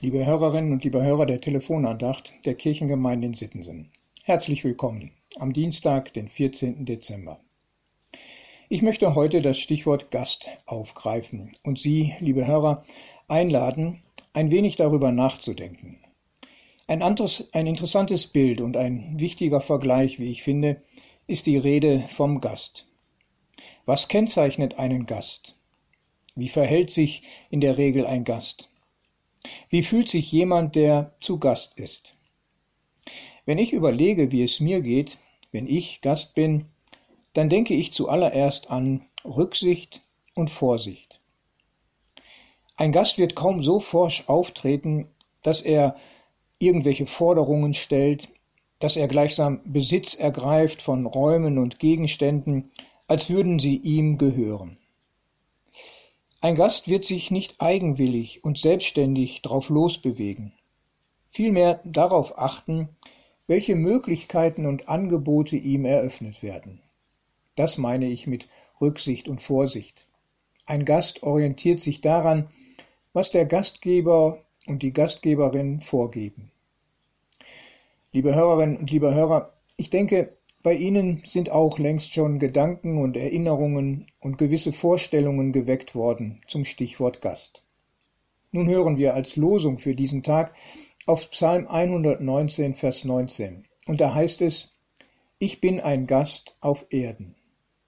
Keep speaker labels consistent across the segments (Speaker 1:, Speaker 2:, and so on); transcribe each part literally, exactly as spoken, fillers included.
Speaker 1: Liebe Hörerinnen und liebe Hörer der Telefonandacht der Kirchengemeinde in Sittensen. Herzlich willkommen am Dienstag, den vierzehnten Dezember. Ich möchte heute das Stichwort Gast aufgreifen und Sie, liebe Hörer, einladen, ein wenig darüber nachzudenken. Ein anderes, ein interessantes Bild und ein wichtiger Vergleich, wie ich finde, ist die Rede vom Gast. Was kennzeichnet einen Gast? Wie verhält sich in der Regel ein Gast? Wie fühlt sich jemand, der zu Gast ist? Wenn ich überlege, wie es mir geht, wenn ich Gast bin, dann denke ich zuallererst an Rücksicht und Vorsicht. Ein Gast wird kaum so forsch auftreten, dass er irgendwelche Forderungen stellt, dass er gleichsam Besitz ergreift von Räumen und Gegenständen, als würden sie ihm gehören. Ein Gast wird sich nicht eigenwillig und selbstständig drauf losbewegen, vielmehr darauf achten, welche Möglichkeiten und Angebote ihm eröffnet werden. Das meine ich mit Rücksicht und Vorsicht. Ein Gast orientiert sich daran, was der Gastgeber und die Gastgeberin vorgeben. Liebe Hörerinnen und liebe Hörer, ich denke, bei Ihnen sind auch längst schon Gedanken und Erinnerungen und gewisse Vorstellungen geweckt worden zum Stichwort Gast. Nun hören wir als Losung für diesen Tag auf Psalm hundertneunzehn, Vers neunzehn. Und da heißt es: Ich bin ein Gast auf Erden.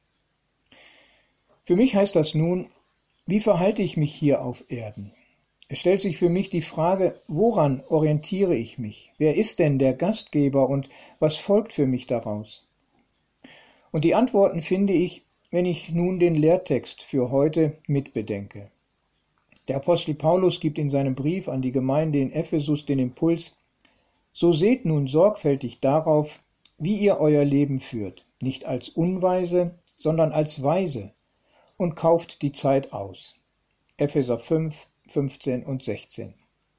Speaker 1: Für mich heißt das nun, wie verhalte ich mich hier auf Erden? Es stellt sich für mich die Frage, woran orientiere ich mich? Wer ist denn der Gastgeber und was folgt für mich daraus? Und die Antworten finde ich, wenn ich nun den Lehrtext für heute mitbedenke. Der Apostel Paulus gibt in seinem Brief an die Gemeinde in Ephesus den Impuls: So seht nun sorgfältig darauf, wie ihr euer Leben führt, nicht als Unweise, sondern als Weise, und kauft die Zeit aus. Epheser fünf, fünfzehn und sechzehn.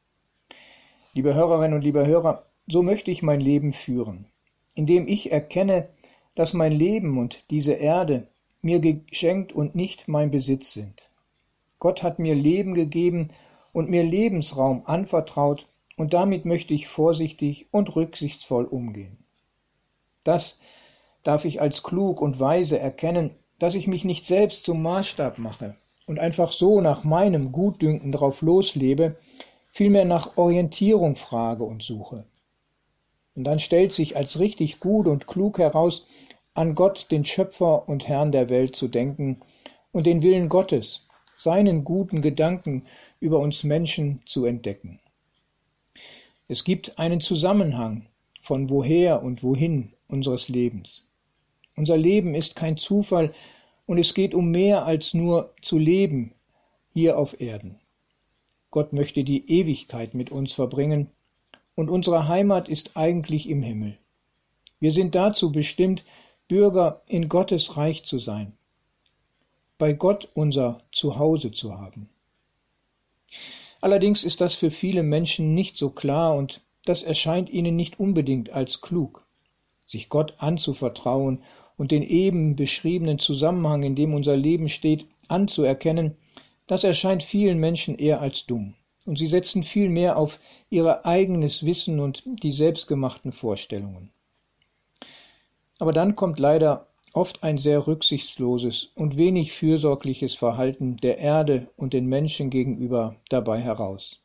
Speaker 1: Liebe Hörerinnen und liebe Hörer, so möchte ich mein Leben führen, indem ich erkenne, dass mein Leben und diese Erde mir geschenkt und nicht mein Besitz sind. Gott hat mir Leben gegeben und mir Lebensraum anvertraut, und damit möchte ich vorsichtig und rücksichtsvoll umgehen. Das darf ich als klug und weise erkennen, dass ich mich nicht selbst zum Maßstab mache und einfach so nach meinem Gutdünken drauf loslebe, vielmehr nach Orientierung frage und suche. Und dann stellt sich als richtig gut und klug heraus, an Gott, den Schöpfer und Herrn der Welt, zu denken und den Willen Gottes, seinen guten Gedanken über uns Menschen zu entdecken. Es gibt einen Zusammenhang von woher und wohin unseres Lebens. Unser Leben ist kein Zufall und es geht um mehr als nur zu leben hier auf Erden. Gott möchte die Ewigkeit mit uns verbringen und unsere Heimat ist eigentlich im Himmel. Wir sind dazu bestimmt, Bürger in Gottes Reich zu sein, bei Gott unser Zuhause zu haben. Allerdings ist das für viele Menschen nicht so klar und das erscheint ihnen nicht unbedingt als klug. Sich Gott anzuvertrauen und den eben beschriebenen Zusammenhang, in dem unser Leben steht, anzuerkennen, das erscheint vielen Menschen eher als dumm. Und sie setzen viel mehr auf ihr eigenes Wissen und die selbstgemachten Vorstellungen. Aber dann kommt leider oft ein sehr rücksichtsloses und wenig fürsorgliches Verhalten der Erde und den Menschen gegenüber dabei heraus.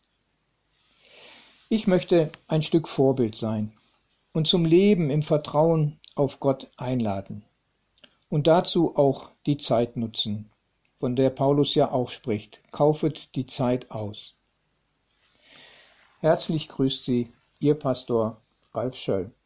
Speaker 1: Ich möchte ein Stück Vorbild sein und zum Leben im Vertrauen auf Gott einladen und dazu auch die Zeit nutzen, von der Paulus ja auch spricht. Kaufet die Zeit aus. Herzlich grüßt Sie, Ihr Pastor Ralf Schöll.